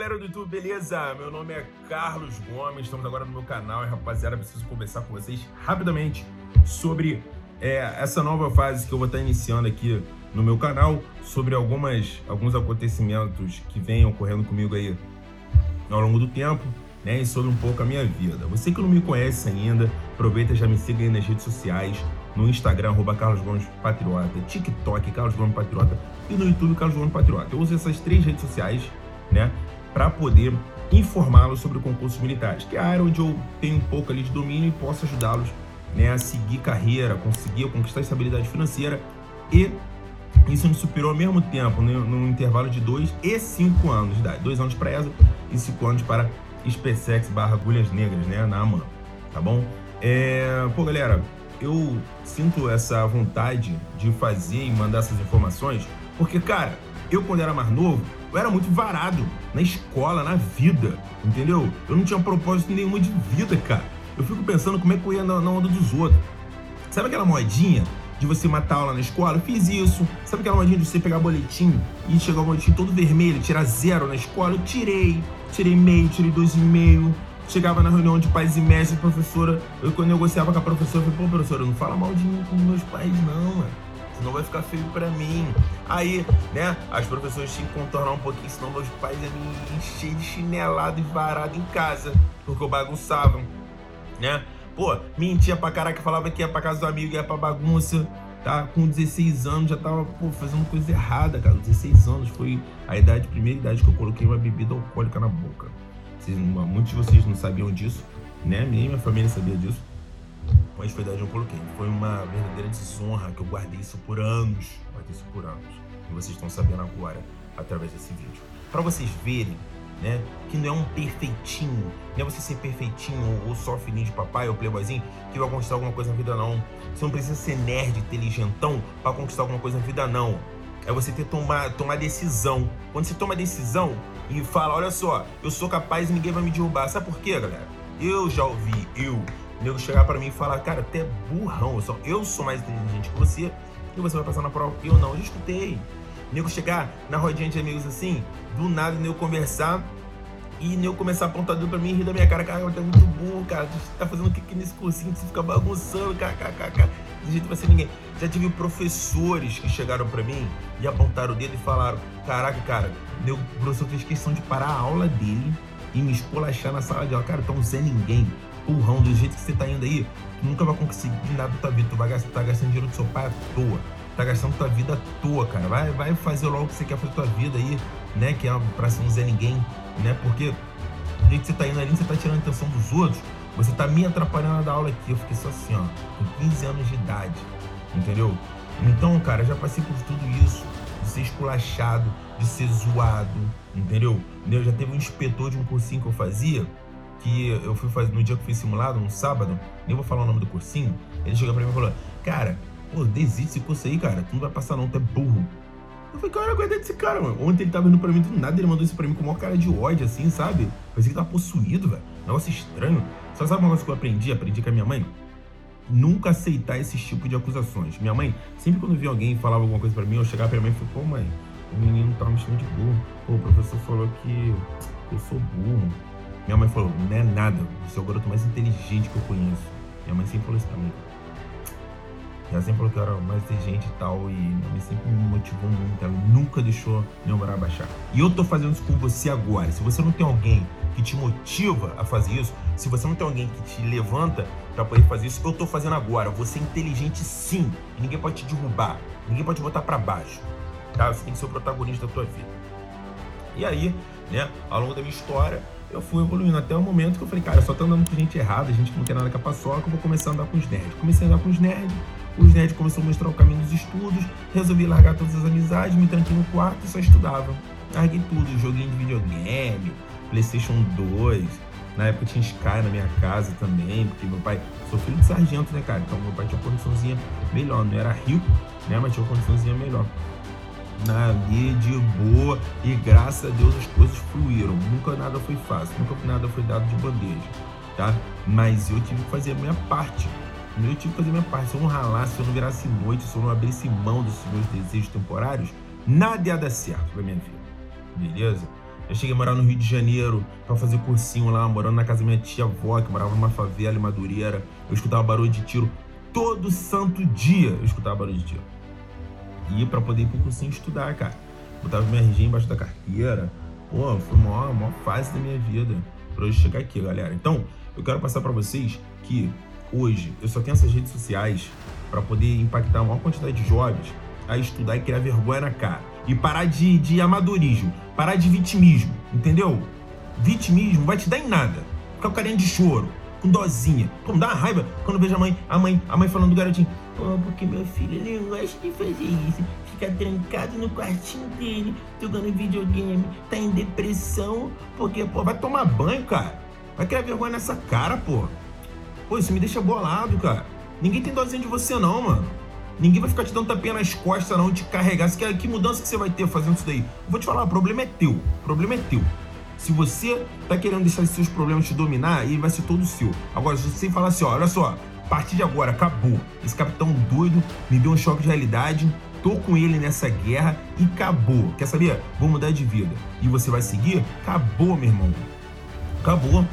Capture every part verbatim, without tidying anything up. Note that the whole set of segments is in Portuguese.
galera do YouTube, beleza? Meu nome é Carlos Gomes, estamos agora no meu canal e, rapaziada, preciso conversar com vocês rapidamente sobre é, essa nova fase que eu vou estar iniciando aqui no meu canal, sobre algumas, alguns acontecimentos que vêm ocorrendo comigo aí ao longo do tempo, né, e sobre um pouco a minha vida. Você que não me conhece ainda, aproveita e já me siga aí nas redes sociais, no Instagram, arroba Carlos Gomes Patriota, TikTok, Carlos Gomes Patriota, e no YouTube, Carlos Gomes Patriota. Eu uso essas três redes sociais, né, para poder informá-los sobre concursos militares, que é a área onde eu tenho um pouco ali de domínio e posso ajudá-los, né, a seguir carreira, conseguir conquistar estabilidade financeira, e isso me superou ao mesmo tempo, no, no intervalo de dois e cinco anos de idade. Dois anos para E S A e cinco anos para SpaceX barra Agulhas Negras, né, na AMAN, tá bom? É, pô, galera, eu sinto essa vontade de fazer e mandar essas informações, porque, cara, eu quando era mais novo, eu era muito varado na escola, na vida, entendeu? Eu não tinha propósito nenhum de vida, cara. Eu fico pensando como é que eu ia na, na onda dos outros. Sabe aquela modinha de você matar aula na escola? Eu fiz isso. Sabe aquela modinha de você pegar boletim e chegar o boletim todo vermelho, tirar zero na escola? Eu tirei. Tirei meio, tirei dois e meio. Chegava na reunião de pais e mestres, professora, eu quando eu negociava com a professora, eu falei, pô, professora, não fala mal de mim com meus pais, não, mano. Senão vai ficar feio pra mim. Aí, né, as professoras tinham que contornar um pouquinho, senão meus pais iam me encher de chinelado e varado em casa, porque eu bagunçava, né? Pô, mentia pra caraca, falava que ia pra casa do amigo, ia pra bagunça, tá? Com dezesseis anos, já tava, pô, fazendo coisa errada, cara. dezesseis anos foi a idade, a primeira idade que eu coloquei uma bebida alcoólica na boca. Vocês, muitos de vocês não sabiam disso, né? Nem minha família sabia disso. Mas foi a idade que eu coloquei. Foi uma verdadeira desonra que eu guardei isso por anos. Guardei isso por anos. E vocês estão sabendo agora, através desse vídeo. Pra vocês verem, né, que não é um perfeitinho, não é você ser perfeitinho ou, ou só filhinho de papai ou playboyzinho que vai conquistar alguma coisa na vida, não. Você não precisa ser nerd, inteligentão pra conquistar alguma coisa na vida, não. É você ter tomar, tomar decisão. Quando você toma decisão e fala, olha só, eu sou capaz e ninguém vai me derrubar. Sabe por quê, galera? Eu já ouvi, eu, o nego chegar pra mim e falar, cara, até é burrão, eu sou, eu sou mais inteligente que você e você vai passar na prova. Eu não, eu já escutei. O nego chegar na rodinha de amigos assim, do nada o nego conversar e o nego começar a apontar dedo pra mim e rir da minha cara, cara, você é muito burro, cara, você tá fazendo o que aqui nesse cursinho, você fica bagunçando, cara, cara, cara, cara. De jeito vai ser ninguém. Já tive professores que chegaram pra mim e apontaram o dedo e falaram, caraca, cara, meu professor fez questão de parar a aula dele e me esculachar na sala de aula. Cara, tu é um Zé Ninguém, burrão, do jeito que você tá indo aí, tu nunca vai conseguir nada da tua vida, tu vai gastar, tá gastando dinheiro do seu pai à toa, tá gastando tua vida à toa, cara, vai, vai fazer logo o que você quer fazer da tua vida aí, né, que é pra ser um Zé Ninguém, né, porque do jeito que você tá indo ali, você tá tirando a atenção dos outros, você tá me atrapalhando da aula aqui. Eu fiquei só assim, ó, com quinze anos de idade, entendeu? Então, cara, eu já passei por tudo isso, de ser esculachado, de ser zoado, entendeu? Eu já teve um inspetor de um cursinho que eu fazia, que eu fui fazer no dia que eu fiz simulado, no sábado, nem vou falar o nome do cursinho, ele chegou pra mim e falou, cara, pô, desiste desse curso aí, cara, tu não vai passar não, tu é burro. Eu falei, cara, eu aguentei desse cara, mano. Ontem ele tava vindo pra mim, do nada ele mandou isso pra mim com uma cara de ódio, assim, sabe? Parecia que tava possuído, velho. Negócio estranho. Só sabe uma coisa que eu aprendi? Aprendi com a minha mãe? Nunca aceitar esses tipos de acusações. Minha mãe, sempre quando via alguém e falava alguma coisa pra mim, eu chegava pra minha mãe e falava, pô, mãe, o menino tava me chamando de burro. Pô, o professor falou que eu sou burro. Minha mãe falou, não é nada, você é o garoto mais inteligente que eu conheço. Minha mãe sempre falou isso pra mim. Ela sempre falou que eu era mais inteligente e tal, e minha mãe sempre me motivou muito, ela nunca deixou meu moral baixar. E eu tô fazendo isso com você agora. Se você não tem alguém que te motiva a fazer isso, se você não tem alguém que te levanta pra poder fazer isso, eu tô fazendo agora. Você é inteligente sim, e ninguém pode te derrubar, ninguém pode te botar pra baixo, tá? Você tem que ser o protagonista da tua vida. E aí, né, ao longo da minha história, eu fui evoluindo até o momento que eu falei, cara, eu só tô andando com gente errada, gente que não quer nada com a paçoca, eu vou começar a andar com os nerds. Comecei a andar com os nerds, os nerds começaram a mostrar o caminho dos estudos, resolvi largar todas as amizades, me tranquei no quarto e só estudava. Larguei tudo, joguinho de videogame, PlayStation dois, na época tinha Sky na minha casa também, porque meu pai, sou filho de sargento, né, cara, então meu pai tinha uma condiçãozinha melhor, não era rico, né, mas tinha uma condiçãozinha melhor. Ali de boa, e graças a Deus as coisas fluíram, nunca nada foi fácil, nunca nada foi dado de bandeja, tá? Mas eu tive que fazer a minha parte, eu tive que fazer a minha parte. Se eu não ralasse, se eu não virasse noite, se eu não abrisse mão desses meus desejos temporários, nada ia dar certo pra minha vida, beleza? Já cheguei a morar no Rio de Janeiro pra fazer cursinho lá, morando na casa da minha tia-avó, que morava numa favela em Madureira. Eu escutava barulho de tiro. Todo santo dia eu escutava barulho de tiro. E pra poder ir pro cursinho estudar, cara. Botava meu R G embaixo da carteira. Pô, foi a maior, a maior fase da minha vida pra hoje chegar aqui, galera. Então, eu quero passar pra vocês que hoje eu só tenho essas redes sociais pra poder impactar a maior quantidade de jovens a estudar e criar vergonha na cara. E parar de, de amadorismo, parar de vitimismo, entendeu? Vitimismo vai te dar em nada. Ficar com carinha de choro, com dozinha. Pô, me dá uma raiva quando eu vejo a mãe, a mãe, a mãe falando do garotinho. Pô, porque meu filho ele não gosta de fazer isso. Fica trancado no quartinho dele, jogando videogame, tá em depressão, porque, pô, vai tomar banho, cara. Vai criar vergonha nessa cara, pô. Pô, isso me deixa bolado, cara. Ninguém tem dozinha de você não, mano. Ninguém vai ficar te dando tapinha nas costas não, te carregar. Você quer, que mudança que você vai ter fazendo isso daí? Eu vou te falar, o problema é teu. O problema é teu. Se você tá querendo deixar esses seus problemas te dominar, ele vai ser todo seu. Agora, se você falar assim, ó, olha só, a partir de agora, acabou. Esse capitão doido me deu um choque de realidade, tô com ele nessa guerra e acabou. Quer saber? Vou mudar de vida. E você vai seguir? Acabou, meu irmão. Acabou.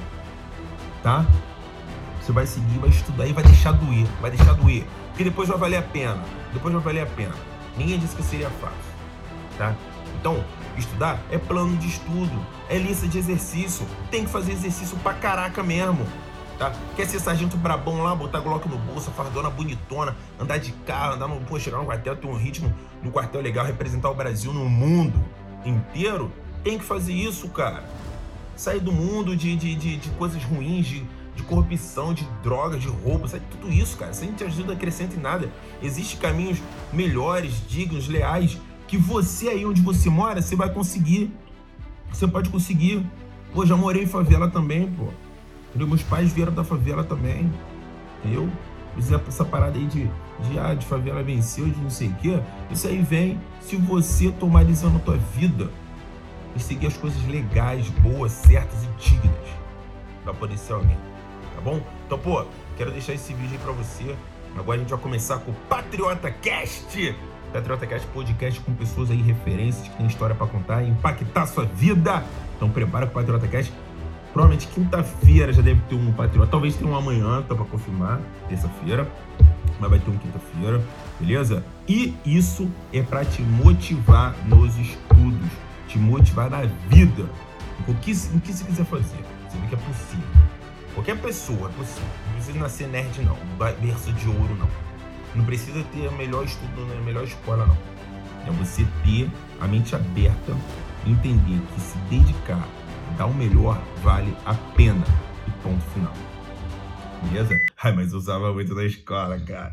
Tá? Você vai seguir, vai estudar e vai deixar doer. Vai deixar doer. Porque depois vai valer a pena. Depois vai valer a pena. Ninguém disse que seria fácil. Tá? Então, estudar é plano de estudo. É lista de exercício. Tem que fazer exercício pra caraca mesmo. Tá? Quer ser sargento brabão lá, botar Glock no bolso, fardona bonitona, andar de carro, andar no... Pô, chegar no quartel, ter um ritmo no quartel legal, representar o Brasil no mundo inteiro. Tem que fazer isso, cara. Sair do mundo de, de, de, de coisas ruins, de... de corrupção, de drogas, de roubo, sabe? Tudo isso, cara. Isso não te ajuda, acrescenta em nada. Existem caminhos melhores, dignos, leais, que você aí onde você mora, você vai conseguir. Você pode conseguir. Pô, já morei em favela também, pô. Entendeu? Meus pais vieram da favela também. Entendeu? Essa parada aí de, de, ah, de favela venceu, de não sei o quê. Isso aí vem se você tomar decisão na tua vida e seguir as coisas legais, boas, certas e dignas pra poder ser alguém. Tá bom? Então, pô, quero deixar esse vídeo aí pra você. Agora a gente vai começar com o Patriota Cast. Patriota Cast, podcast com pessoas aí, referências, que tem história pra contar e impactar a sua vida. Então prepara com o Patriota Cast. Provavelmente quinta-feira já deve ter um Patriota. Talvez tenha um amanhã, tá pra confirmar, terça-feira. Mas vai ter um quinta-feira, beleza? E isso é pra te motivar nos estudos. Te motivar na vida. O que, o que você quiser fazer. Você vê que é possível. Qualquer pessoa é possível. Não precisa nascer nerd, não. Berço de ouro, não. Não precisa ter o melhor estudo, a melhor escola, não. É você ter a mente aberta e entender que se dedicar, dar o melhor, vale a pena. E ponto final. Beleza? Ai, mas eu usava muito na escola, cara.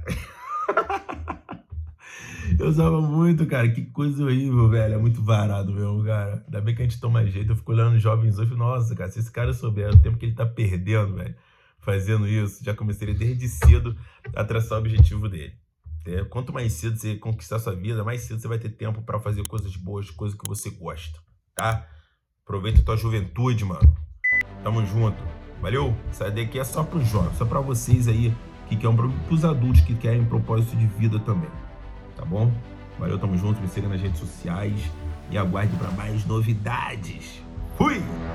Eu usava muito, cara. Que coisa horrível, velho. É muito varado mesmo, cara. Ainda bem que a gente toma jeito. Eu fico olhando os jovens hoje e nossa, cara, se esse cara souber o tempo que ele tá perdendo, velho, fazendo isso, já comecei desde cedo a traçar o objetivo dele. É, quanto mais cedo você conquistar a sua vida, mais cedo você vai ter tempo pra fazer coisas boas, coisas que você gosta, tá? Aproveita a tua juventude, mano. Tamo junto. Valeu? Essa daqui é só pros jovens, só pra vocês aí que querem, pros adultos que querem propósito de vida também. Tá bom? Valeu, tamo junto, me siga nas redes sociais e aguarde para mais novidades. Fui!